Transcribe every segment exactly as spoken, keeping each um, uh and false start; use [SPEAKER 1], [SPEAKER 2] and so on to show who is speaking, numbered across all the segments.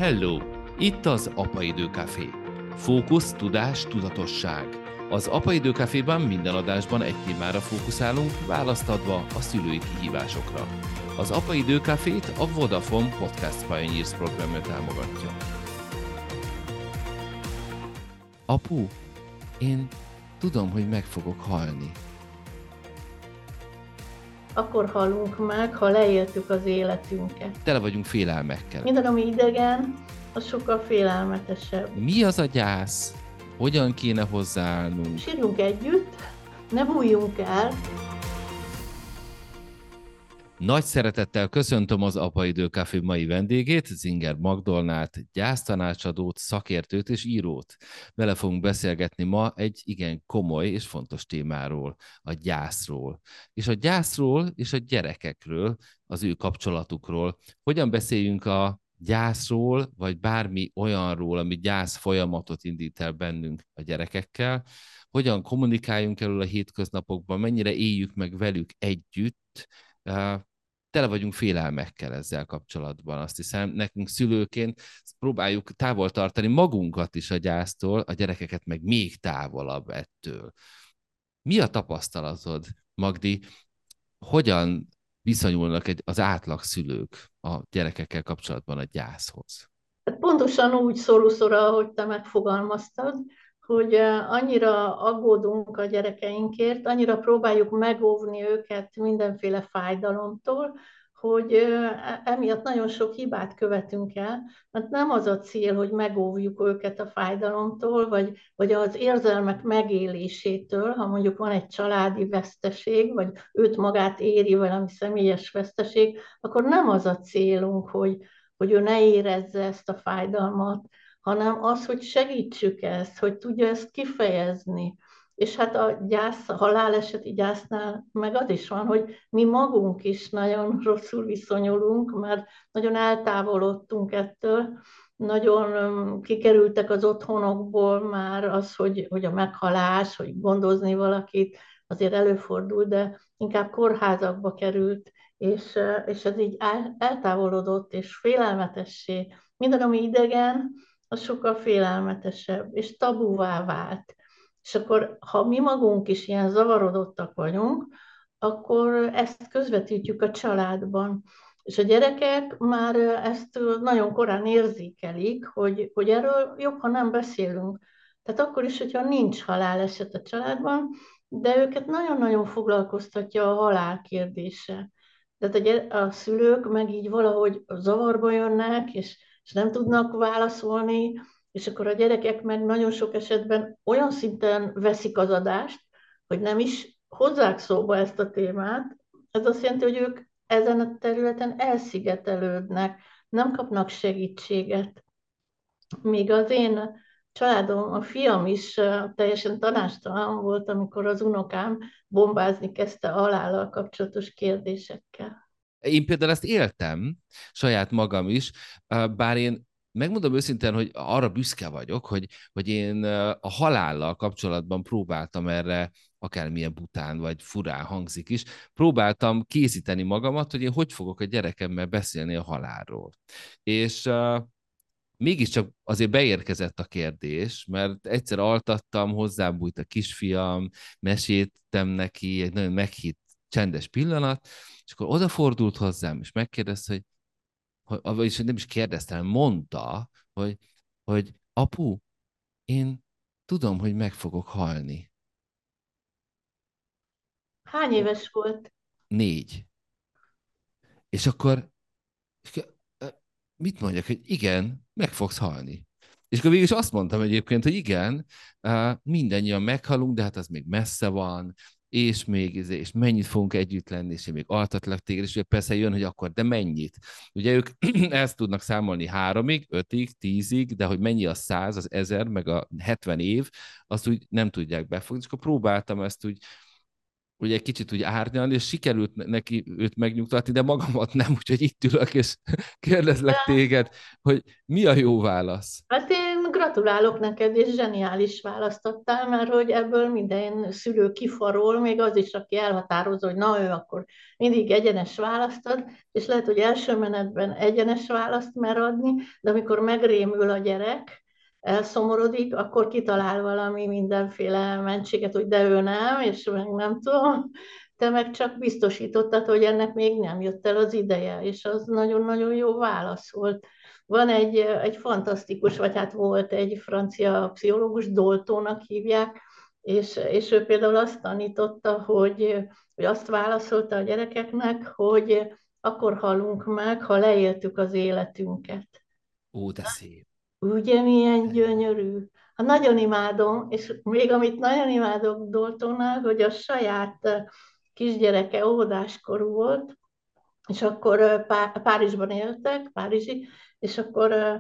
[SPEAKER 1] Hello! Itt az Apaidő Café. Fókusz, tudás, tudatosság. Az Apaidő Caféban minden adásban egy témára fókuszálunk, választ adva a szülői kihívásokra. Az Apaidő Cafét a Vodafone Podcast Pioneers programja támogatja. Apu, én tudom, hogy meg fogok halni.
[SPEAKER 2] Akkor halunk meg, ha leéltük az életünket.
[SPEAKER 1] Tele vagyunk félelmekkel.
[SPEAKER 2] Minden, ami idegen, az sokkal félelmetesebb.
[SPEAKER 1] Mi az a gyász? Hogyan kéne hozzáállnunk?
[SPEAKER 2] Sírjunk együtt, ne bújjunk el.
[SPEAKER 1] Nagy szeretettel köszöntöm az Apaidő Café mai vendégét, Zinger Magdolnát, gyásztanácsadót, szakértőt és írót. Vele fogunk beszélgetni ma egy igen komoly és fontos témáról, a gyászról. És a gyászról és a gyerekekről, az ő kapcsolatukról. Hogyan beszéljünk a gyászról, vagy bármi olyanról, ami gyász folyamatot indít el bennünk a gyerekekkel, hogyan kommunikáljunk erről a hétköznapokban, mennyire éljük meg velük együtt. Tele vagyunk félelmekkel ezzel kapcsolatban. Azt hiszem, nekünk szülőként próbáljuk távol tartani magunkat is a gyásztól, a gyerekeket meg még távolabb ettől. Mi a tapasztalatod, Magdi? Hogyan viszonyulnak az átlag szülők a gyerekekkel kapcsolatban a gyászhoz?
[SPEAKER 2] Pontosan úgy szólószora, ahogy te megfogalmaztad, hogy annyira aggódunk a gyerekeinkért, annyira próbáljuk megóvni őket mindenféle fájdalomtól, hogy emiatt nagyon sok hibát követünk el, mert nem az a cél, hogy megóvjuk őket a fájdalomtól, vagy, vagy az érzelmek megélésétől, ha mondjuk van egy családi veszteség, vagy őt magát éri valami személyes veszteség, akkor nem az a célunk, hogy, hogy ő ne érezze ezt a fájdalmat, hanem az, hogy segítsük ezt, hogy tudja ezt kifejezni. És hát a gyász, a haláleseti gyásznál meg az is van, hogy mi magunk is nagyon rosszul viszonyulunk, mert nagyon eltávolodtunk ettől, nagyon kikerültek az otthonokból már az, hogy, hogy a meghalás, hogy gondozni valakit, azért előfordul, de inkább kórházakba került, és, és ez így el, eltávolodott, és félelmetessé. Minden, ami idegen, az sokkal félelmetesebb, és tabuvá vált. És akkor, ha mi magunk is ilyen zavarodottak vagyunk, akkor ezt közvetítjük a családban. És a gyerekek már ezt nagyon korán érzékelik, hogy, hogy erről jobb, ha nem beszélünk. Tehát akkor is, hogyha nincs haláleset a családban, de őket nagyon-nagyon foglalkoztatja a halál kérdése. Tehát a, gyere, a szülők meg így valahogy zavarba jönnek, és és nem tudnak válaszolni, és akkor a gyerekek meg nagyon sok esetben olyan szinten veszik az adást, hogy nem is hozzák szóba ezt a témát. Ez azt jelenti, hogy ők ezen a területen elszigetelődnek, nem kapnak segítséget. Míg az én családom, a fiam is teljesen tanástalan volt, amikor az unokám bombázni kezdte a halállal kapcsolatos kérdésekkel.
[SPEAKER 1] Én például ezt éltem, saját magam is, bár én megmondom őszintén, hogy arra büszke vagyok, hogy, hogy én a halállal kapcsolatban próbáltam erre, akármilyen bután vagy furán hangzik is, próbáltam készíteni magamat, hogy én hogy fogok a gyerekemmel beszélni a halálról. És uh, mégiscsak azért beérkezett a kérdés, mert egyszer altattam, hozzám bújt a kisfiam, meséltem neki, egy nagyon meghitt csendes pillanat, és akkor odafordult hozzám, és megkérdezte, hogy, hogy vagyis nem is kérdezte, hanem mondta, hogy, hogy apu, én tudom, hogy meg fogok halni.
[SPEAKER 2] Hány éves volt?
[SPEAKER 1] Négy. És akkor mit mondjak, hogy igen, meg fogsz halni. És akkor végül is azt mondtam egyébként, hogy igen, mindannyian meghalunk, de hát az még messze van, és még, és mennyit fogunk együtt lenni, és én még altatlak téged, és persze jön, hogy akkor, de mennyit? Ugye ők ezt tudnak számolni háromig, ötig, tízig, de hogy mennyi a száz, az ezer, meg a hetven év, azt úgy nem tudják befogni, és akkor próbáltam ezt úgy, ugye egy kicsit úgy árnyalni, és sikerült neki őt megnyugtatni, de magamat nem, úgyhogy itt ülök, és kérdezlek téged, hogy mi a jó válasz?
[SPEAKER 2] Hát én gratulálok neked, és zseniális választottál, mert hogy ebből minden szülő kifarol, még az is, aki elhatározza, hogy na ő akkor mindig egyenes választad, és lehet, hogy első menetben egyenes választ mer adni, de amikor megrémül a gyerek, elszomorodik, akkor kitalál valami mindenféle mentséget, hogy de ő nem, és meg nem tudom. Te meg csak biztosítottad, hogy ennek még nem jött el az ideje, és az nagyon-nagyon jó válasz volt. Van egy, egy fantasztikus, vagy hát volt egy francia pszichológus, Doltónak hívják, és, és ő például azt tanította, hogy, hogy azt válaszolta a gyerekeknek, hogy akkor halunk meg, ha leéltük az életünket.
[SPEAKER 1] Ó, de szép.
[SPEAKER 2] Ugye milyen gyönyörű. Hát nagyon imádom, és még amit nagyon imádok Daltonnál, hogy a saját eh, kisgyereke óvodáskorú volt, és akkor eh, Pá- Párizsban éltek, Párizsi, és akkor eh,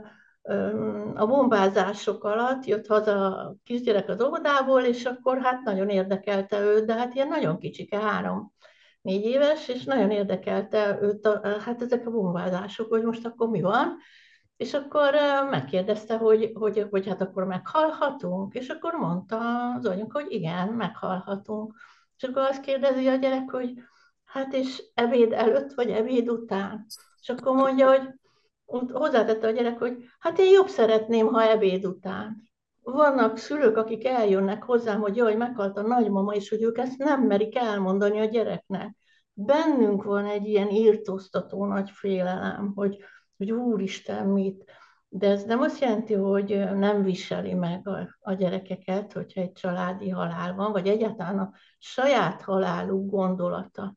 [SPEAKER 2] öm, a bombázások alatt jött haza a kisgyerek az óvodából, és akkor hát nagyon érdekelte őt, de hát ilyen nagyon kicsike, három, négy éves, és nagyon érdekelte őt, a, hát ezek a bombázások, hogy most akkor mi van, és akkor megkérdezte, hogy, hogy, hogy hát akkor meghalhatunk, és akkor mondta az anyuka, hogy igen, meghalhatunk. És akkor azt kérdezi a gyerek, hogy hát és ebéd előtt, vagy ebéd után? És akkor mondja, hogy hozzátette a gyerek, hogy hát én jobb szeretném, ha ebéd után. Vannak szülők, akik eljönnek hozzám, hogy jaj, meghalt a nagymama, és hogy ők ezt nem merik elmondani a gyereknek. Bennünk van egy ilyen írtóztató nagy félelem, hogy hogy úristen mit, de ez nem azt jelenti, hogy nem viseli meg a, a gyerekeket, hogyha egy családi halál van, vagy egyáltalán a saját haláluk gondolata.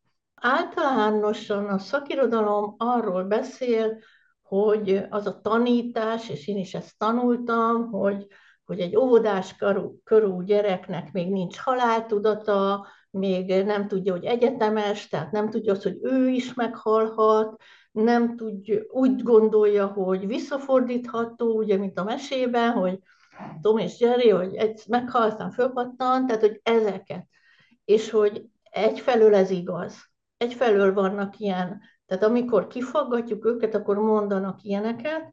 [SPEAKER 2] Általánosan a szakirodalom arról beszél, hogy az a tanítás, és én is ezt tanultam, hogy, hogy egy óvodás korú, korú gyereknek még nincs haláltudata, még nem tudja, hogy egyetemes, tehát nem tudja azt, hogy ő is meghalhat, nem tudja, úgy gondolja, hogy visszafordítható, ugye, mint a mesében, hogy Tom és Jerry, hogy egy meghal, aztán fölpattan, tehát, hogy ezeket. És hogy egyfelől ez igaz. Egyfelől vannak ilyen, tehát amikor kifaggatjuk őket, akkor mondanak ilyeneket,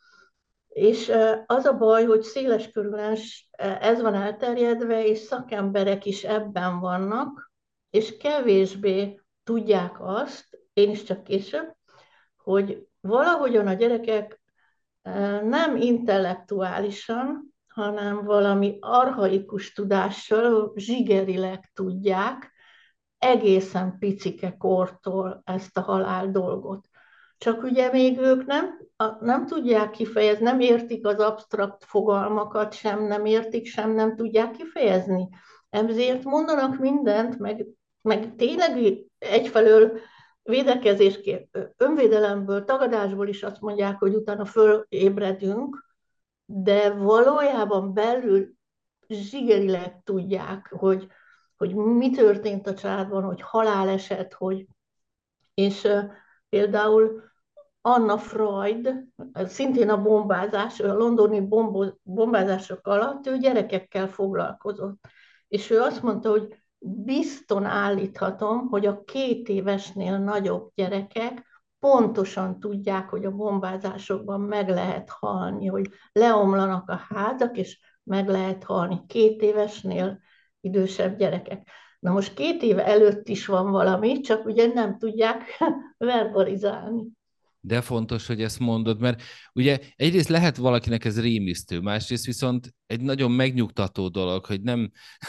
[SPEAKER 2] és az a baj, hogy széles körülön ez van elterjedve, és szakemberek is ebben vannak, és kevésbé tudják azt, én is csak később, hogy valahogyan a gyerekek nem intellektuálisan, hanem valami archaikus tudással, zsigerileg tudják egészen picike kortól ezt a halál dolgot. Csak ugye még ők nem, nem tudják kifejezni, nem értik az absztrakt fogalmakat, sem nem értik, sem nem tudják kifejezni. Ezért mondanak mindent, meg, meg tényleg egyfelől védekezésként, önvédelemből, tagadásból is azt mondják, hogy utána fölébredünk, de valójában belül zsigerileg tudják, hogy, hogy mi történt a családban, hogy haláleset, hogy, és uh, például Anna Freud, szintén a bombázás, a londoni bombo, bombázások alatt ő gyerekekkel foglalkozott. És ő azt mondta, hogy bizton állíthatom, hogy a két évesnél nagyobb gyerekek pontosan tudják, hogy a bombázásokban meg lehet halni, hogy leomlanak a házak, és meg lehet halni. Két évesnél idősebb gyerekek. Na most két év előtt is van valami, csak ugye nem tudják verbalizálni.
[SPEAKER 1] De fontos, hogy ezt mondod, mert ugye egyrészt lehet valakinek ez rémisztő, másrészt viszont egy nagyon megnyugtató dolog, hogy nem,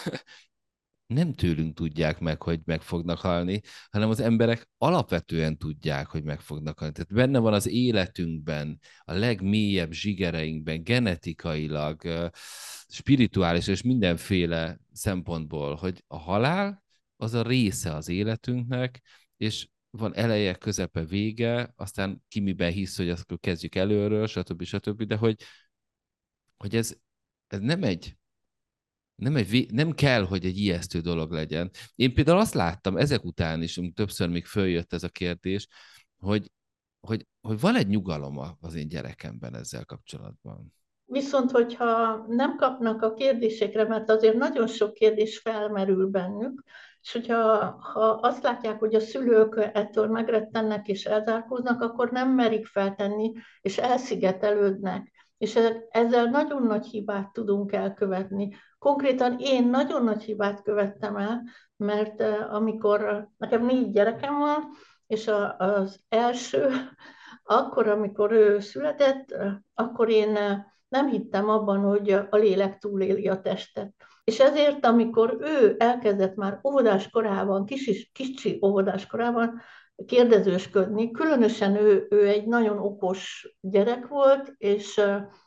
[SPEAKER 1] nem tőlünk tudják meg, hogy meg fognak halni, hanem az emberek alapvetően tudják, hogy meg fognak halni. Tehát benne van az életünkben, a legmélyebb zsigereinkben, genetikailag, spirituális és mindenféle szempontból, hogy a halál az a része az életünknek, és van eleje, közepe, vége, aztán ki miben hisz, hogy azt kezdjük előről, stb. stb. De hogy, hogy ez, ez nem egy nem, egy, nem kell, hogy egy ijesztő dolog legyen. Én például azt láttam ezek után is, többször még följött ez a kérdés, hogy, hogy, hogy van egy nyugalom az én gyerekemben ezzel kapcsolatban.
[SPEAKER 2] Viszont, hogyha nem kapnak a kérdésekre, mert azért nagyon sok kérdés felmerül bennük, és hogyha ha azt látják, hogy a szülők ettől megrettennek és elzárkóznak, akkor nem merik feltenni, és elszigetelődnek. És ezzel nagyon nagy hibát tudunk elkövetni. Konkrétan én nagyon nagy hibát követtem el, mert amikor nekem négy gyerekem van, és az első, akkor, amikor ő született, akkor én nem hittem abban, hogy a lélek túléli a testet. És ezért, amikor ő elkezdett már óvodás korában, kis, kicsi óvodás korában kérdezősködni, különösen ő, ő egy nagyon okos gyerek volt, és,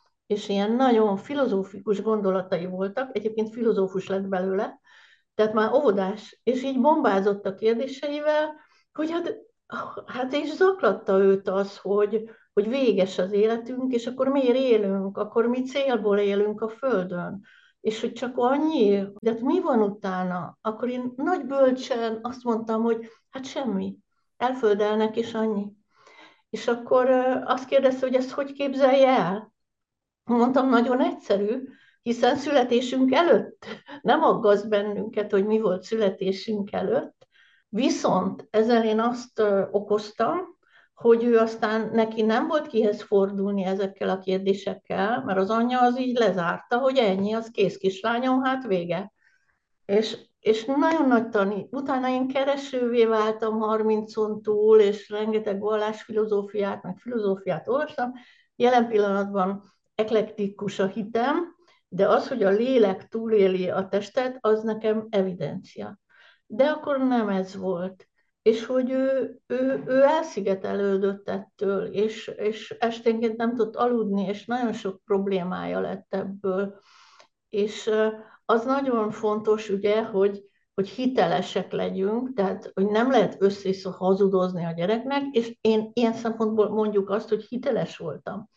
[SPEAKER 2] és ilyen nagyon filozófikus gondolatai voltak, egyébként filozófus lett belőle, tehát már óvodás, és így bombázott a kérdéseivel, hogy hát, hát és zaklatta őt az, hogy, hogy véges az életünk, és akkor miért élünk, akkor mi célból élünk a Földön, és hogy csak annyi, de hát mi van utána? Akkor én nagy bölcsen azt mondtam, hogy hát semmi, elföldelnek, és annyi. És akkor azt kérdezte, hogy ezt hogy képzelje el? Mondtam, nagyon egyszerű, hiszen születésünk előtt nem aggaszt bennünket, hogy mi volt születésünk előtt, viszont ezzel én azt okoztam, hogy ő aztán neki nem volt kihez fordulni ezekkel a kérdésekkel, mert az anyja az így lezárta, hogy ennyi, az kész kislányom, hát vége. És, és nagyon nagy tanít. Utána én keresővé váltam harmincon túl, és rengeteg vallásfilozófiát, meg filozófiát olvastam. Jelen pillanatban eklektikus a hitem, de az, hogy a lélek túléli a testet, az nekem evidencia. De akkor nem ez volt. És hogy ő, ő, ő elszigetelődött ettől, és, és esténként nem tudott aludni, és nagyon sok problémája lett ebből. És az nagyon fontos, ugye, hogy, hogy hitelesek legyünk, tehát hogy nem lehet össze hazudozni a gyereknek, és én ilyen szempontból mondjuk azt, hogy hiteles voltam.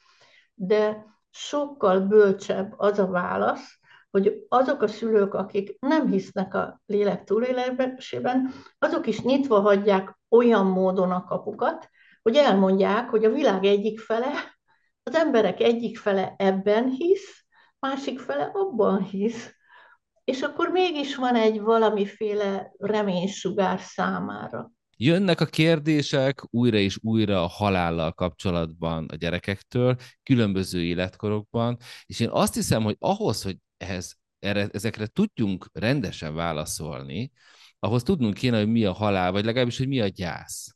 [SPEAKER 2] De sokkal bölcsebb az a válasz, hogy azok a szülők, akik nem hisznek a lélek túlélésében, azok is nyitva hagyják olyan módon a kapukat, hogy elmondják, hogy a világ egyik fele, az emberek egyik fele ebben hisz, másik fele abban hisz, és akkor mégis van egy valamiféle reménysugár számára.
[SPEAKER 1] Jönnek a kérdések újra és újra a halállal kapcsolatban a gyerekektől, különböző életkorokban, és én azt hiszem, hogy ahhoz, hogy ehhez, erre, ezekre tudjunk rendesen válaszolni, ahhoz tudnunk kéne, hogy mi a halál, vagy legalábbis, hogy mi a gyász.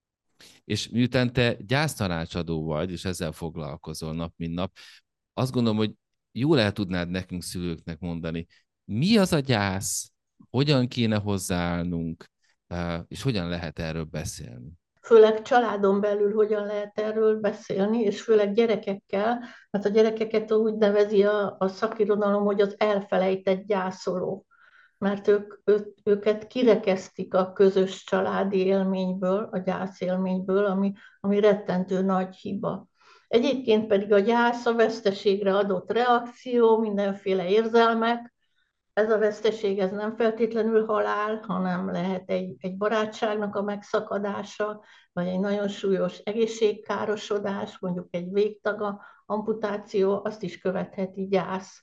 [SPEAKER 1] És miután te gyásztanácsadó vagy, és ezzel foglalkozol nap, mint nap, azt gondolom, hogy jól el tudnád nekünk szülőknek mondani, mi az a gyász, hogyan kéne hozzáállnunk, és hogyan lehet erről beszélni.
[SPEAKER 2] Főleg családon belül hogyan lehet erről beszélni, és főleg gyerekekkel, mert a gyerekeket úgy nevezi a, a szakirodalom, hogy az elfelejtett gyászoló, mert ők, ő, őket kirekesztik a közös családi élményből, a gyászélményből, ami, ami rettentő nagy hiba. Egyébként pedig a gyász a veszteségre adott reakció, mindenféle érzelmek. Ez a veszteség ez nem feltétlenül halál, hanem lehet egy, egy barátságnak a megszakadása, vagy egy nagyon súlyos egészségkárosodás, mondjuk egy végtaga amputáció, azt is követheti gyász,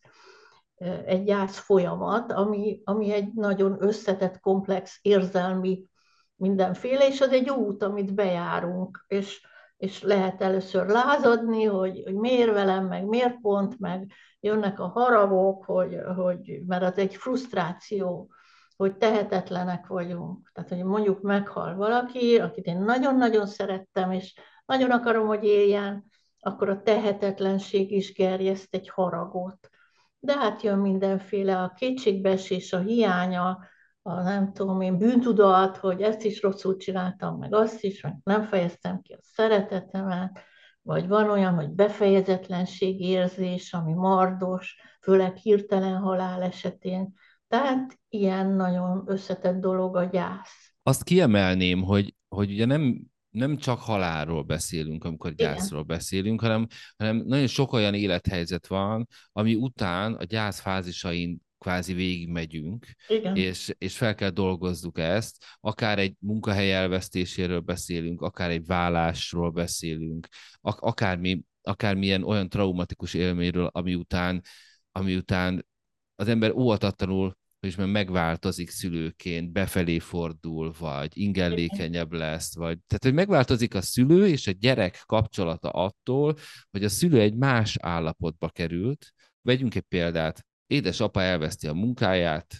[SPEAKER 2] egy gyász folyamat, ami, ami egy nagyon összetett, komplex érzelmi mindenféle, és az egy út, amit bejárunk, és, és lehet először lázadni, hogy, hogy miért velem, meg miért pont, meg jönnek a haragok, hogy, hogy, mert az egy frusztráció, hogy tehetetlenek vagyunk. Tehát, hogy mondjuk meghal valaki, akit én nagyon-nagyon szerettem, és nagyon akarom, hogy éljen, akkor a tehetetlenség is gerjeszt egy haragot. De hát jön mindenféle a kétségbeesés, a hiánya, a nem tudom én, bűntudat, hogy ezt is rosszul csináltam, meg azt is, meg nem fejeztem ki a szeretetemet, vagy van olyan, hogy befejezetlenség érzés, ami mardos, főleg hirtelen halál esetén. Tehát ilyen nagyon összetett dolog a gyász.
[SPEAKER 1] Azt kiemelném, hogy, hogy ugye nem, nem csak halálról beszélünk, amikor
[SPEAKER 2] Igen.
[SPEAKER 1] gyászról beszélünk, hanem, hanem nagyon sok olyan élethelyzet van, ami után a gyász fázisain kvázi végigmegyünk,
[SPEAKER 2] Igen.
[SPEAKER 1] és, és fel kell dolgozzuk ezt. Akár egy munkahely elvesztéséről beszélünk, akár egy vállásról beszélünk, ak- akármi, akármilyen olyan traumatikus élményről, ami után, ami után az ember óvatatlanul és mert megváltozik szülőként, befelé fordul, vagy ingellékenyebb lesz, vagy tehát, hogy megváltozik a szülő és a gyerek kapcsolata attól, hogy a szülő egy más állapotba került. Vegyünk egy példát, édesapa elveszti a munkáját,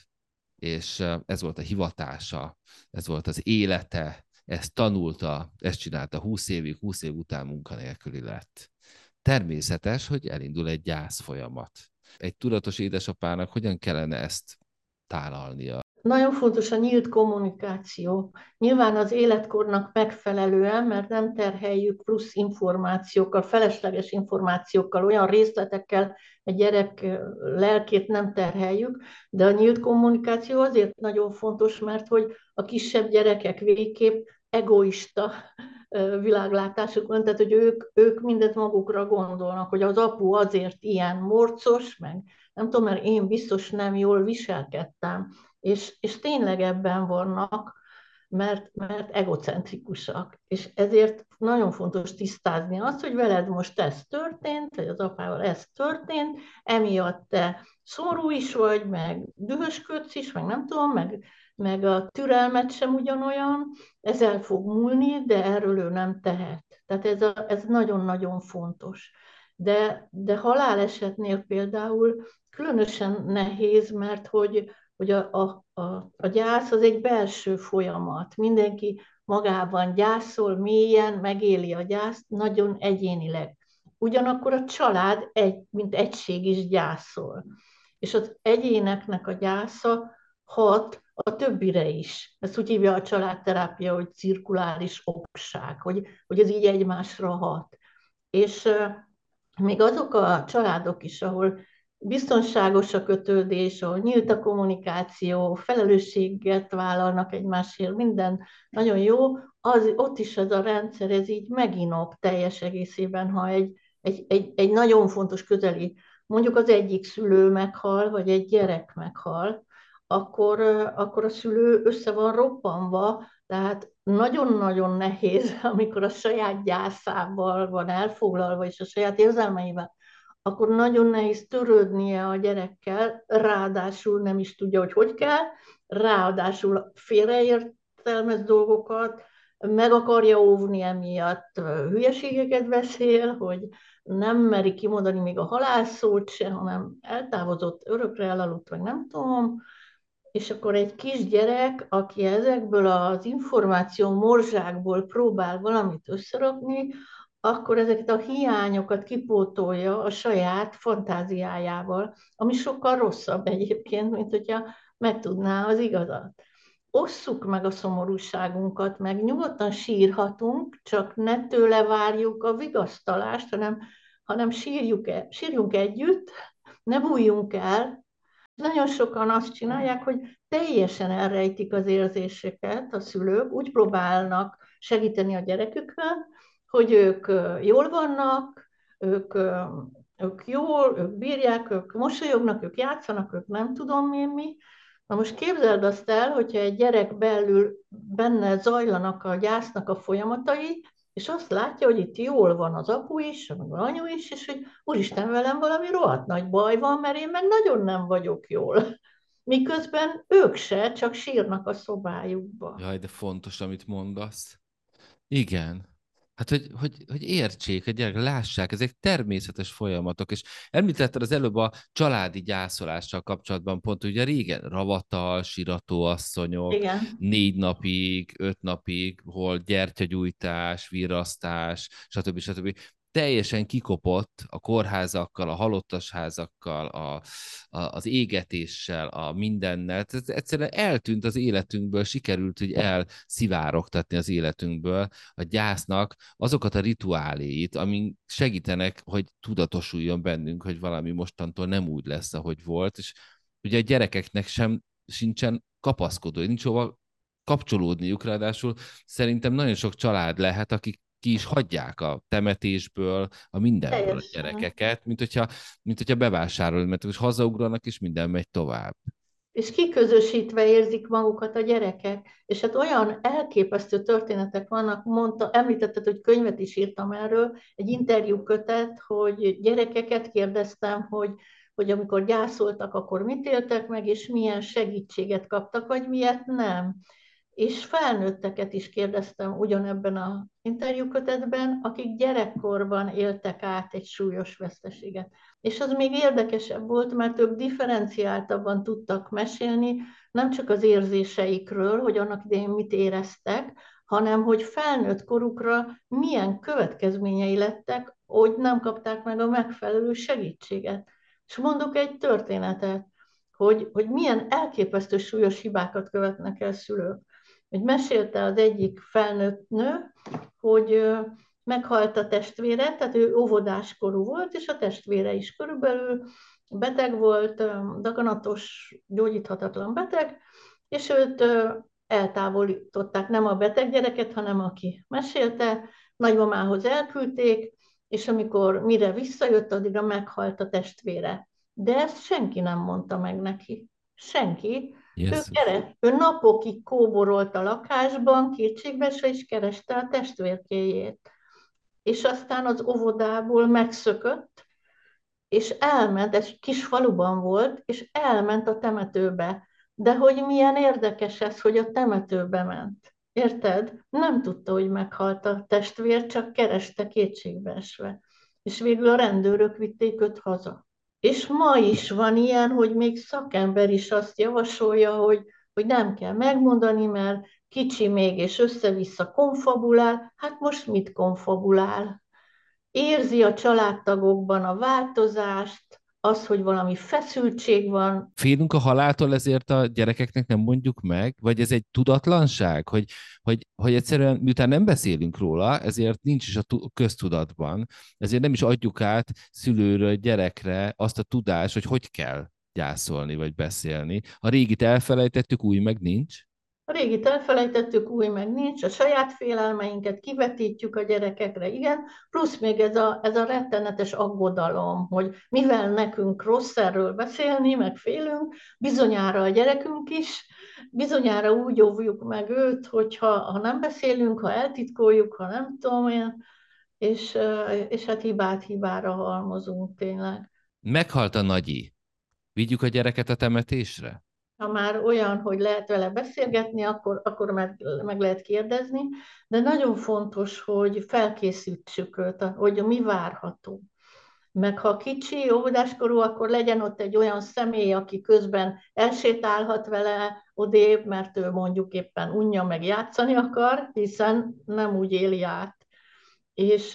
[SPEAKER 1] és ez volt a hivatása, ez volt az élete, ezt tanulta, ezt csinálta húsz évig, húsz év után munkanélküli lett. Természetes, hogy elindul egy gyász folyamat. Egy tudatos édesapának hogyan kellene ezt tálalnia?
[SPEAKER 2] Nagyon fontos a nyílt kommunikáció. Nyilván az életkornak megfelelően, mert nem terheljük plusz információkkal, felesleges információkkal, olyan részletekkel a gyerek lelkét nem terheljük, de a nyílt kommunikáció azért nagyon fontos, mert hogy a kisebb gyerekek végképp egoista világlátásuk van, tehát hogy ők, ők mindent magukra gondolnak, hogy az apu azért ilyen morcos, meg nem tudom, mert én biztos nem jól viselkedtem, és, és tényleg ebben vannak, mert, mert egocentrikusak. És ezért nagyon fontos tisztázni azt, hogy veled most ez történt, vagy az apával ez történt, emiatt te szomorú is vagy, meg dühösködsz is, meg nem tudom, meg, meg a türelmet sem ugyanolyan, ez el fog múlni, de erről ő nem tehet. Tehát ez, a, ez nagyon-nagyon fontos. De, de halálesetnél például különösen nehéz, mert hogy hogy a, a, a, a gyász az egy belső folyamat. Mindenki magában gyászol, mélyen megéli a gyászt, nagyon egyénileg. Ugyanakkor a család egy, mint egység is gyászol. És az egyéneknek a gyásza hat a többire is. Ezt úgy hívja a családterápia, hogy cirkuláris okság, hogy, hogy ez így egymásra hat. És uh, még azok a családok is, ahol biztonságos a kötődés, ahol nyílt a kommunikáció, felelősséget vállalnak egymásért, minden nagyon jó, az, ott is ez a rendszer, ez így meginok teljes egészében, ha egy, egy, egy, egy nagyon fontos közeli, mondjuk az egyik szülő meghal, vagy egy gyerek meghal, akkor, akkor a szülő össze van roppanva, tehát nagyon-nagyon nehéz, amikor a saját gyászával van elfoglalva, és a saját érzelmeivel, akkor nagyon nehéz törődnie a gyerekkel, ráadásul nem is tudja, hogy hogy kell, ráadásul félreértelmez dolgokat, meg akarja óvni emiatt, hülyeségeket beszél, hogy nem meri kimondani még a halálszót se, hanem eltávozott, örökre elaludt, vagy nem tudom, és akkor egy kisgyerek, aki ezekből az információ morzsákból próbál valamit összerakni, akkor ezeket a hiányokat kipótolja a saját fantáziájával, ami sokkal rosszabb egyébként, mint hogyha megtudná az igazat. Osszuk meg a szomorúságunkat, meg nyugodtan sírhatunk, csak ne tőle várjuk a vigasztalást, hanem, hanem sírjuk el, sírjunk együtt, ne bújjunk el. Nagyon sokan azt csinálják, hogy teljesen elrejtik az érzéseket a szülők, úgy próbálnak segíteni a gyerekükön, hogy ők jól vannak, ők, ők jól, ők bírják, ők mosolyognak, ők játszanak, ők nem tudom én mi. Na most képzeld azt el, hogyha egy gyerek belül benne zajlanak a gyásznak a folyamatai, és azt látja, hogy itt jól van az apu is, meg az anyu is, és hogy úristen, velem valami rohadt nagy baj van, mert én meg nagyon nem vagyok jól. Miközben ők se, csak sírnak a szobájukba.
[SPEAKER 1] Jaj, de fontos, amit mondasz. Igen. Hát, hogy, hogy, hogy értsék, a gyerek, lássák, ezek természetes folyamatok, és említetted az előbb a családi gyászolással kapcsolatban pont, ugye régen ravatal, siratóasszonyok,
[SPEAKER 2] Igen.
[SPEAKER 1] négy napig, öt napig, hol gyertyagyújtás, virrasztás, stb. stb. Teljesen kikopott a kórházakkal, a halottasházakkal, a, a, az égetéssel, a mindennel. Ez egyszerűen eltűnt az életünkből, sikerült, hogy elszivárogtatni az életünkből a gyásznak azokat a rituáléit, amik segítenek, hogy tudatosuljon bennünk, hogy valami mostantól nem úgy lesz, ahogy volt, és ugye a gyerekeknek sem sincsen kapaszkodó, nincs hova kapcsolódniuk, ráadásul szerintem nagyon sok család lehet, akik ki is hagyják a temetésből, a mindenből a
[SPEAKER 2] Teljesen.
[SPEAKER 1] gyerekeket, mint hogyha, mint hogyha bevásárolni, mert most hazaugranak, és minden megy tovább.
[SPEAKER 2] És kiközösítve érzik magukat a gyerekek. És hát olyan elképesztő történetek vannak, mondta, említetted, hogy könyvet is írtam erről, egy interjú kötet, hogy gyerekeket kérdeztem, hogy, hogy amikor gyászoltak, akkor mit éltek meg, és milyen segítséget kaptak, vagy miért nem. És felnőtteket is kérdeztem ugyanebben az interjúkötetben, akik gyerekkorban éltek át egy súlyos veszteséget. És az még érdekesebb volt, mert ők differenciáltabban tudtak mesélni, nem csak az érzéseikről, hogy annak idején mit éreztek, hanem hogy felnőtt korukra milyen következményei lettek, hogy nem kapták meg a megfelelő segítséget. És mondok egy történetet, hogy, hogy milyen elképesztő súlyos hibákat követnek el szülők. Hogy mesélte az egyik felnőtt nő, hogy meghalt a testvére, tehát ő óvodáskorú volt, és a testvére is körülbelül beteg volt, daganatos, gyógyíthatatlan beteg, és őt eltávolították, nem a beteg gyereket, hanem aki mesélte, nagymamához elküldték, és amikor mire visszajött, addigra meghalt a testvére. De ezt senki nem mondta meg neki. Senki. Ő,
[SPEAKER 1] Jézus.
[SPEAKER 2] keres, ő napokig kóborolt a lakásban, kétségbeesve, és kereste a testvérkéjét. És aztán az óvodából megszökött, és elment, ez kis faluban volt, és elment a temetőbe. De hogy milyen érdekes ez, hogy a temetőbe ment. Érted? Nem tudta, hogy meghalt a testvér, csak kereste kétségbeesve. És végül a rendőrök vitték őt haza. És ma is van ilyen, hogy még szakember is azt javasolja, hogy, hogy nem kell megmondani, mert kicsi még, és össze-vissza konfabulál. Hát most mit konfabulál? Érzi a családtagokban a változást, az, hogy valami feszültség van.
[SPEAKER 1] Félünk a haláltól, ezért a gyerekeknek nem mondjuk meg? Vagy ez egy tudatlanság, hogy, hogy, hogy egyszerűen miután nem beszélünk róla, ezért nincs is a köztudatban, ezért nem is adjuk át szülőről gyerekre azt a tudást, hogy hogy kell gyászolni vagy beszélni. A régit elfelejtettük, új meg nincs.
[SPEAKER 2] A régit elfelejtettük, új meg nincs, a saját félelmeinket kivetítjük a gyerekekre, igen, plusz még ez a, ez a rettenetes aggodalom, hogy mivel nekünk rossz erről beszélni, meg félünk, bizonyára a gyerekünk is, bizonyára úgy óvjuk meg őt, hogyha ha nem beszélünk, ha eltitkoljuk, ha nem tudom én, és, és hát hibát hibára halmozunk tényleg.
[SPEAKER 1] Meghalt a nagyi. Vigyük a gyereket a temetésre?
[SPEAKER 2] Ha már olyan, hogy lehet vele beszélgetni, akkor, akkor meg, meg lehet kérdezni, de nagyon fontos, hogy felkészítsük őt, hogy mi várható. Meg ha kicsi, óvodáskorú, akkor legyen ott egy olyan személy, aki közben elsétálhat vele odébb, mert ő mondjuk éppen unja meg játszani akar, hiszen nem úgy éli át. És,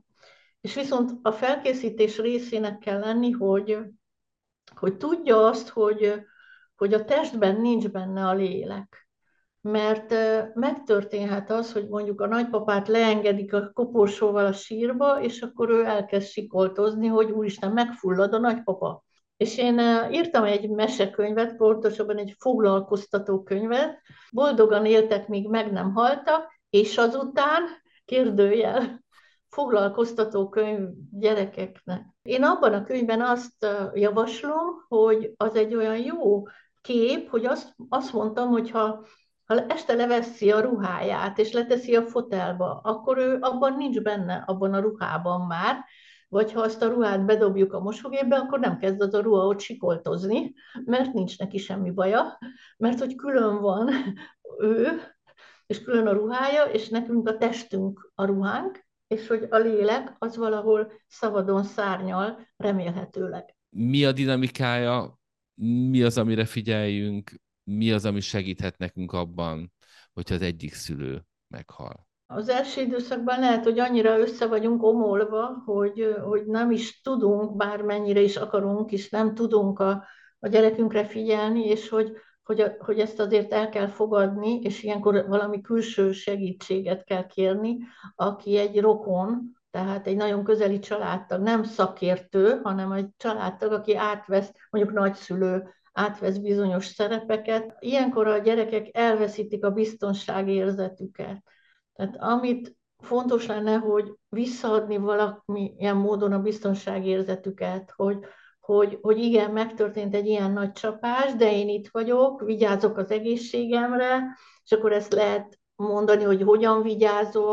[SPEAKER 2] és viszont a felkészítés részének kell lenni, hogy, hogy tudja azt, hogy, hogy a testben nincs benne a lélek. Mert megtörténhet az, hogy mondjuk a nagypapát leengedik a koporsóval a sírba, és akkor ő elkezd sikoltozni, hogy úristen, megfullad a nagypapa. És én írtam egy mesekönyvet, pontosabban egy foglalkoztató könyvet, boldogan éltek, míg meg nem haltak, és azután kérdőjel foglalkoztató könyv gyerekeknek. Én abban a könyvben azt javaslom, hogy az egy olyan jó kép, hogy azt, azt mondtam, hogy ha, ha este leveszi a ruháját, és leteszi a fotelba, akkor ő abban nincs benne, abban a ruhában már, vagy ha azt a ruhát bedobjuk a mosógépbe, akkor nem kezd az a ruha ott sikoltozni, mert nincs neki semmi baja, mert hogy külön van ő, és külön a ruhája, és nekünk a testünk a ruhánk, és hogy a lélek az valahol szabadon szárnyal, remélhetőleg.
[SPEAKER 1] Mi a dinamikája, mi az, amire figyeljünk, mi az, ami segíthet nekünk abban, hogyha az egyik szülő meghal?
[SPEAKER 2] Az első időszakban lehet, hogy annyira össze vagyunk omolva, hogy, hogy nem is tudunk, bármennyire is akarunk, és nem tudunk a, a gyerekünkre figyelni, és hogy, hogy, a, hogy ezt azért el kell fogadni, és ilyenkor valami külső segítséget kell kérni, aki egy rokon, tehát egy nagyon közeli családtag, nem szakértő, hanem egy családtag, aki átvesz, mondjuk nagyszülő, átvesz bizonyos szerepeket. Ilyenkor a gyerekek elveszítik a biztonságérzetüket. Tehát amit fontos lenne, hogy visszaadni valamilyen módon a biztonságérzetüket, hogy, hogy, hogy igen, megtörtént egy ilyen nagy csapás, de én itt vagyok, vigyázok az egészségemre, és akkor ezt lehet mondani, hogy hogyan vigyázok,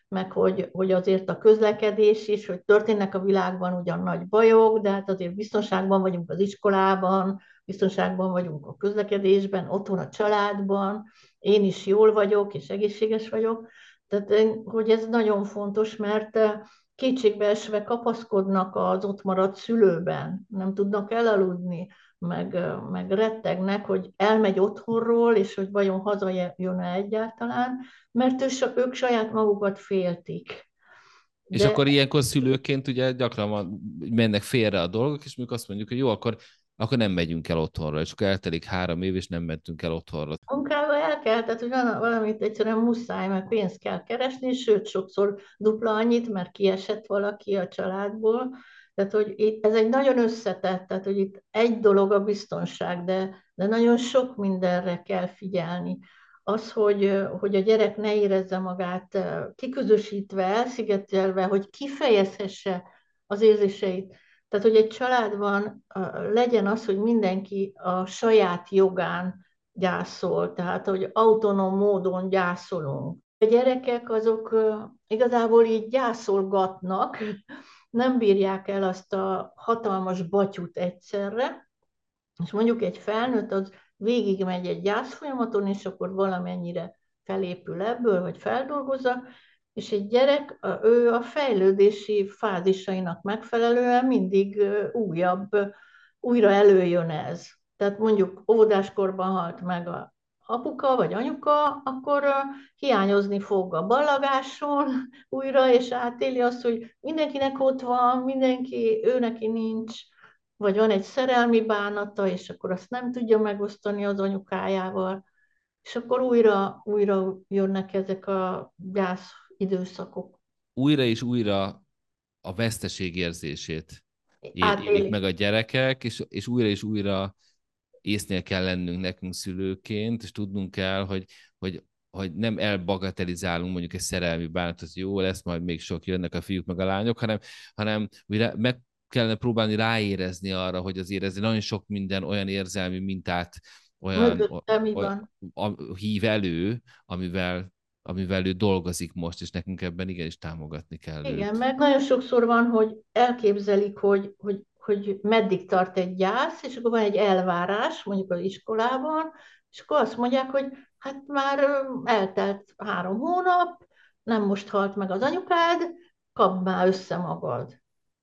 [SPEAKER 2] meg hogy, hogy azért a közlekedés is, hogy történnek a világban ugyan nagy bajok, de hát azért biztonságban vagyunk az iskolában, biztonságban vagyunk a közlekedésben, otthon a családban, én is jól vagyok, és egészséges vagyok. Tehát, hogy ez nagyon fontos, mert kétségbeesve kapaszkodnak az ott maradt szülőben, nem tudnak elaludni, meg, meg rettegnek, hogy elmegy otthonról, és hogy vajon hazajön-e egyáltalán, mert ő, ők saját magukat féltik.
[SPEAKER 1] És
[SPEAKER 2] De
[SPEAKER 1] akkor ilyenkor szülőként ugye gyakran van, mennek félre a dolgok, és mikor azt mondjuk, hogy jó, akkor, akkor nem megyünk el otthonra, és akkor eltelik három év, és nem mentünk el otthonra.
[SPEAKER 2] munkába el kell, tehát hogy van valamit egyszerűen muszáj, mert pénzt kell keresni, sőt, sokszor dupla annyit, mert kiesett valaki a családból. Tehát, hogy itt, ez egy nagyon összetett, tehát, hogy itt egy dolog a biztonság, de, de nagyon sok mindenre kell figyelni. Az, hogy, hogy a gyerek ne érezze magát kiközösítve, elszigetelve, hogy kifejezhesse az érzéseit. Tehát, hogy egy családban legyen az, hogy mindenki a saját jogán gyászol, tehát hogy autonóm módon gyászolunk. A gyerekek azok igazából így gyászolgatnak, nem bírják el azt a hatalmas batyut egyszerre, és mondjuk egy felnőtt az végigmegy egy gyászfolyamaton, és akkor valamennyire felépül ebből, vagy feldolgozza, és egy gyerek, ő a fejlődési fázisainak megfelelően mindig újabb, újra előjön ez. Tehát mondjuk óvodáskorban halt meg a apuka vagy anyuka, akkor hiányozni fog a ballagáson újra, és átéli azt, hogy mindenkinek ott van, mindenki, ő neki nincs, vagy van egy szerelmi bánata, és akkor azt nem tudja megosztani az anyukájával, és akkor újra, újra jönnek ezek a gyász időszakok.
[SPEAKER 1] Újra és újra a veszteség érzését élik
[SPEAKER 2] Átélik.
[SPEAKER 1] meg a gyerekek, és, és újra és újra észnél kell lennünk nekünk szülőként, és tudnunk kell, hogy, hogy, hogy nem elbagatelizálunk mondjuk egy szerelmi bánatot, hogy jó lesz, majd még sok jönnek a fiúk meg a lányok, hanem, hanem újra meg kellene próbálni ráérezni arra, hogy azért ez nagyon sok minden olyan érzelmi mintát olyan
[SPEAKER 2] Mögötte mi
[SPEAKER 1] olyan
[SPEAKER 2] van?
[SPEAKER 1] a, hív elő, amivel, amivel ő dolgozik most, és nekünk ebben igenis támogatni kell
[SPEAKER 2] Igen,
[SPEAKER 1] őt.
[SPEAKER 2] meg nagyon sokszor van, hogy elképzelik, hogy, hogy, hogy meddig tart egy gyász, és akkor van egy elvárás, mondjuk az iskolában, és akkor azt mondják, hogy hát már eltelt három hónap, nem most halt meg az anyukád, kapd már össze magad.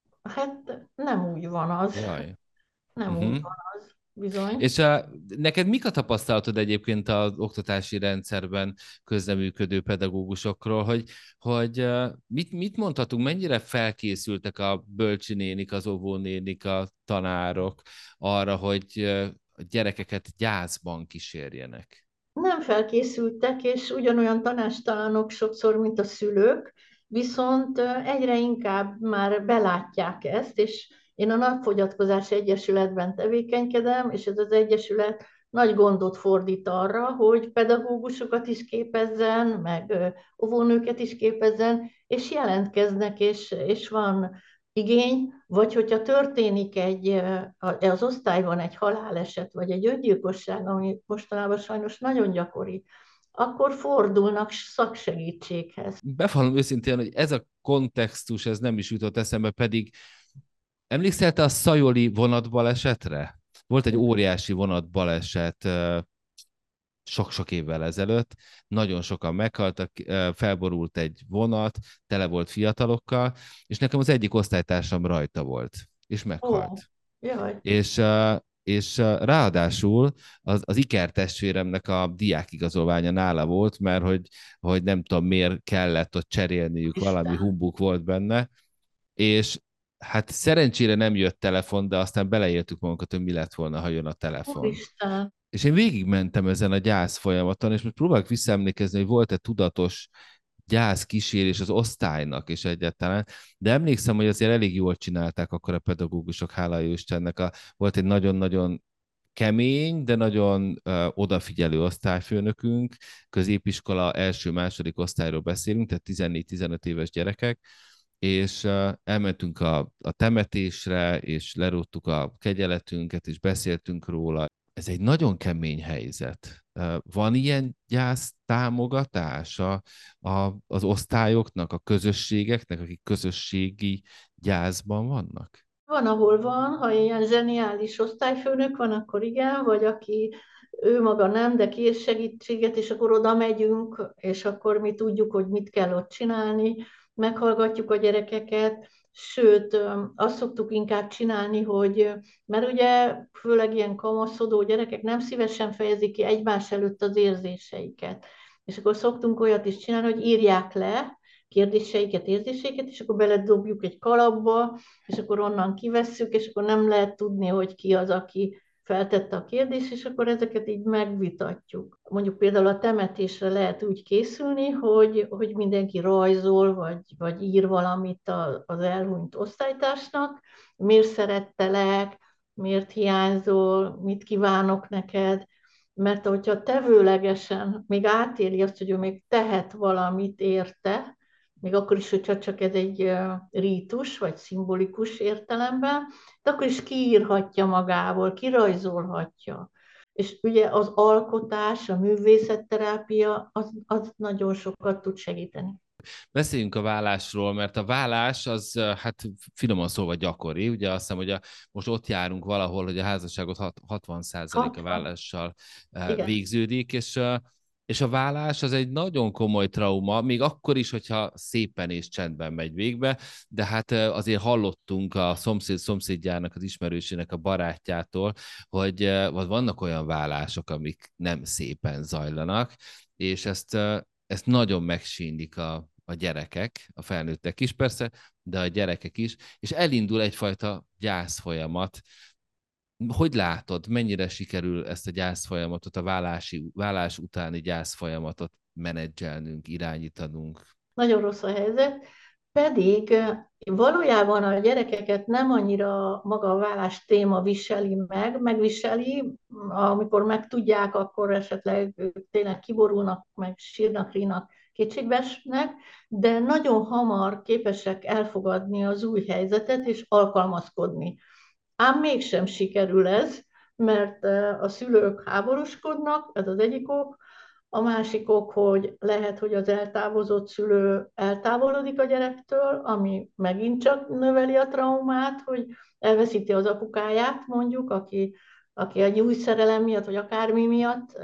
[SPEAKER 2] Hát nem úgy van az.
[SPEAKER 1] Jaj.
[SPEAKER 2] Nem úgy
[SPEAKER 1] Uh-huh.
[SPEAKER 2] van az, bizony.
[SPEAKER 1] És a, neked mik a tapasztalatod egyébként az oktatási rendszerben közreműködő pedagógusokról, hogy, hogy uh, mit, mit mondhatunk, mennyire felkészültek a bölcsinénik, az óvónénik, a tanárok arra, hogy uh, a gyerekeket gyászban kísérjenek?
[SPEAKER 2] Nem felkészültek, és ugyanolyan tanástalanok sokszor, mint a szülők, viszont egyre inkább már belátják ezt, és én a Napfogyatkozás Egyesületben tevékenykedem, és ez az egyesület nagy gondot fordít arra, hogy pedagógusokat is képezzen, meg óvónőket is képezzen, és jelentkeznek, és, és van igény, vagy hogyha történik egy, az osztályban egy haláleset, vagy egy öngyilkosság, ami mostanában sajnos nagyon gyakori, akkor fordulnak szaksegítséghez.
[SPEAKER 1] Bevallom őszintén, hogy ez a kontextus, ez nem is jutott eszembe, pedig emlékszel te a szajoli vonatbalesetre? Volt egy óriási vonatbaleset sok-sok évvel ezelőtt, nagyon sokan meghaltak, felborult egy vonat, tele volt fiatalokkal, és nekem az egyik osztálytársam rajta volt, és
[SPEAKER 2] Ó,
[SPEAKER 1] meghalt.
[SPEAKER 2] jaj.
[SPEAKER 1] És, és ráadásul az, az ikertestvéremnek a diákigazolványa nála volt, mert hogy, hogy nem tudom miért kellett ott cserélniük, valami
[SPEAKER 2] Isten.
[SPEAKER 1] humbuk volt benne, és hát szerencsére nem jött telefon, de aztán beleéltük magunkat, hogy mi lett volna, ha jön a telefon.
[SPEAKER 2] Úristen.
[SPEAKER 1] És én végigmentem ezen a gyász folyamaton, és most próbálok visszaemlékezni, hogy volt-e tudatos gyász kísérés az osztálynak és egyáltalán, de emlékszem, hogy azért elég jól csinálták akkor a pedagógusok, hála jó Istennek. A, volt egy nagyon-nagyon kemény, de nagyon uh, odafigyelő osztályfőnökünk, középiskola első-második osztályról beszélünk, tehát tizennégy-tizenöt éves gyerekek, és uh, elmentünk a, a temetésre, és leróttuk a kegyeletünket, és beszéltünk róla. Ez egy nagyon kemény helyzet. Van ilyen gyász támogatása az osztályoknak, a közösségeknek, akik közösségi gyászban vannak?
[SPEAKER 2] Van, ahol van, ha ilyen zseniális osztályfőnök van, akkor igen, vagy aki ő maga nem, de kér segítséget, és akkor oda megyünk, és akkor mi tudjuk, hogy mit kell ott csinálni, meghallgatjuk a gyerekeket, sőt, azt szoktuk inkább csinálni, hogy, mert ugye főleg ilyen kamaszodó gyerekek nem szívesen fejezik ki egymás előtt az érzéseiket. És akkor szoktunk olyat is csinálni, hogy írják le kérdéseiket, érzéseiket, és akkor beledobjuk egy kalapba, és akkor onnan kivesszük, és akkor nem lehet tudni, hogy ki az, aki feltette a kérdést, és akkor ezeket így megvitatjuk. Mondjuk például a temetésre lehet úgy készülni, hogy, hogy mindenki rajzol, vagy, vagy ír valamit az elhunyt osztálytársnak, miért szerettelek, miért hiányzol, mit kívánok neked, mert hogyha tevőlegesen még átéli azt, hogy ő még tehet valamit érte, még akkor is, hogyha csak ez egy rítus, vagy szimbolikus értelemben, de akkor is kiírhatja magából, kirajzolhatja. És ugye az alkotás, a művészetterápia, az, az nagyon sokat tud segíteni.
[SPEAKER 1] Beszéljünk a vállásról, mert a vállás az, hát finoman szólva gyakori. Ugye azt hiszem, hogy a, most ott járunk valahol, hogy a házasságot hatvan százalék a vállással
[SPEAKER 2] Igen.
[SPEAKER 1] végződik, és És a vállás az egy nagyon komoly trauma, még akkor is, hogyha szépen és csendben megy végbe, de hát azért hallottunk a szomszéd szomszédjának, az ismerősének, a barátjától, hogy vannak olyan vállások, amik nem szépen zajlanak, és ezt, ezt nagyon megsínlik a, a gyerekek, a felnőttek is persze, de a gyerekek is, és elindul egyfajta gyászfolyamat. Hogy látod, mennyire sikerül ezt a gyászfolyamatot, a vállási, vállás utáni gyászfolyamatot menedzselnünk, irányítanunk?
[SPEAKER 2] Nagyon rossz a helyzet, pedig valójában a gyerekeket nem annyira maga a vállás téma viseli meg, megviseli, amikor megtudják, akkor esetleg ők tényleg kiborulnak, meg sírnak, rínak, kétségbeesnek, de nagyon hamar képesek elfogadni az új helyzetet és alkalmazkodni. Ám mégsem sikerül ez, mert a szülők háborúskodnak, ez az egyik ok, a másik ok, hogy lehet, hogy az eltávozott szülő eltávolodik a gyerektől, ami megint csak növeli a traumát, hogy elveszíti az apukáját, mondjuk, aki, aki egy új szerelem miatt, vagy akármi miatt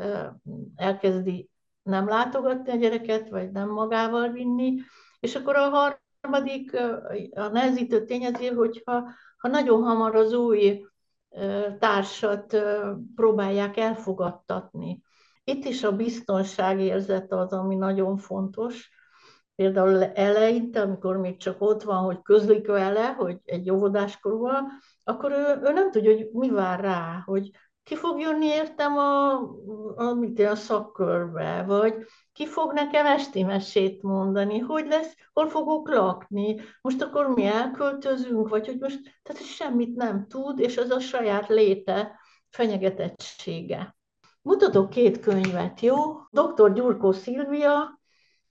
[SPEAKER 2] elkezdi nem látogatni a gyereket, vagy nem magával vinni. És akkor a harmadik, a nehezítő tényező, hogyha ha nagyon hamar az új társat próbálják elfogadtatni. Itt is a biztonságérzet az, ami nagyon fontos. Például eleinte, amikor még csak ott van, hogy közlik vele, hogy egy óvodáskorúval, akkor ő, ő nem tudja, hogy mi vár rá, hogy ki fog jönni értem a, a, a szakkörbe, vagy ki fog nekem esti mesét mondani, hogy lesz, hol fogok lakni, most akkor mi elköltözünk, vagy hogy most, tehát semmit nem tud, és az a saját léte fenyegetettsége. Mutatok két könyvet, jó? doktor Gyurkó Szilvia,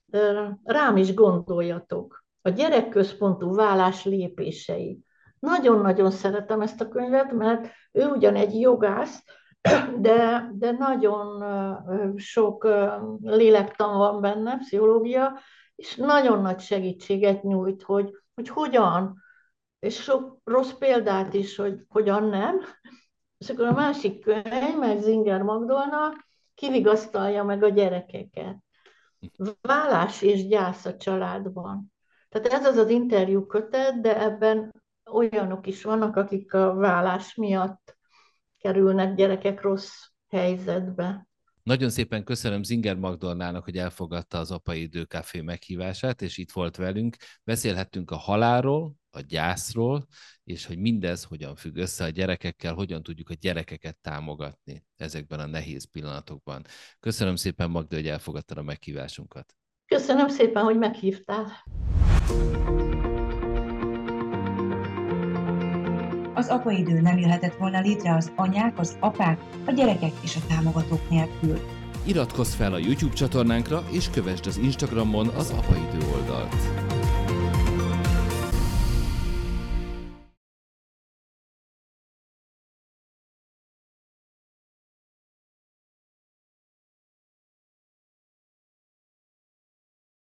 [SPEAKER 2] Rám is gondoljatok. A gyerekközpontú vállás lépései. Nagyon-nagyon szeretem ezt a könyvet, mert ő ugyan egy jogász, de, de nagyon sok lélektan van benne, pszichológia, és nagyon nagy segítséget nyújt, hogy, hogy hogyan, és sok rossz példát is, hogy hogyan nem. És akkor a másik könyv, meg Zinger Magdolna, kivigasztalja meg a gyerekeket. Vállás és gyász a családban. Tehát ez az az interjú kötet, de ebben olyanok is vannak, akik a vállás miatt kerülnek gyerekek rossz helyzetbe.
[SPEAKER 1] Nagyon szépen köszönöm Zinger Magdolnának, hogy elfogadta az Apai Időkáfé meghívását, és itt volt velünk. Beszélhettünk a halálról, a gyászról, és hogy mindez hogyan függ össze a gyerekekkel, hogyan tudjuk a gyerekeket támogatni ezekben a nehéz pillanatokban. Köszönöm szépen, Magda, hogy elfogadtad a meghívásunkat.
[SPEAKER 2] Köszönöm szépen, hogy meghívtál.
[SPEAKER 3] Az apaidő nem jöhetett volna létre az anyák, az apák, a gyerekek és a támogatók nélkül.
[SPEAKER 1] Iratkozz fel a YouTube csatornánkra, és kövesd az Instagramon az Apaidő oldalt.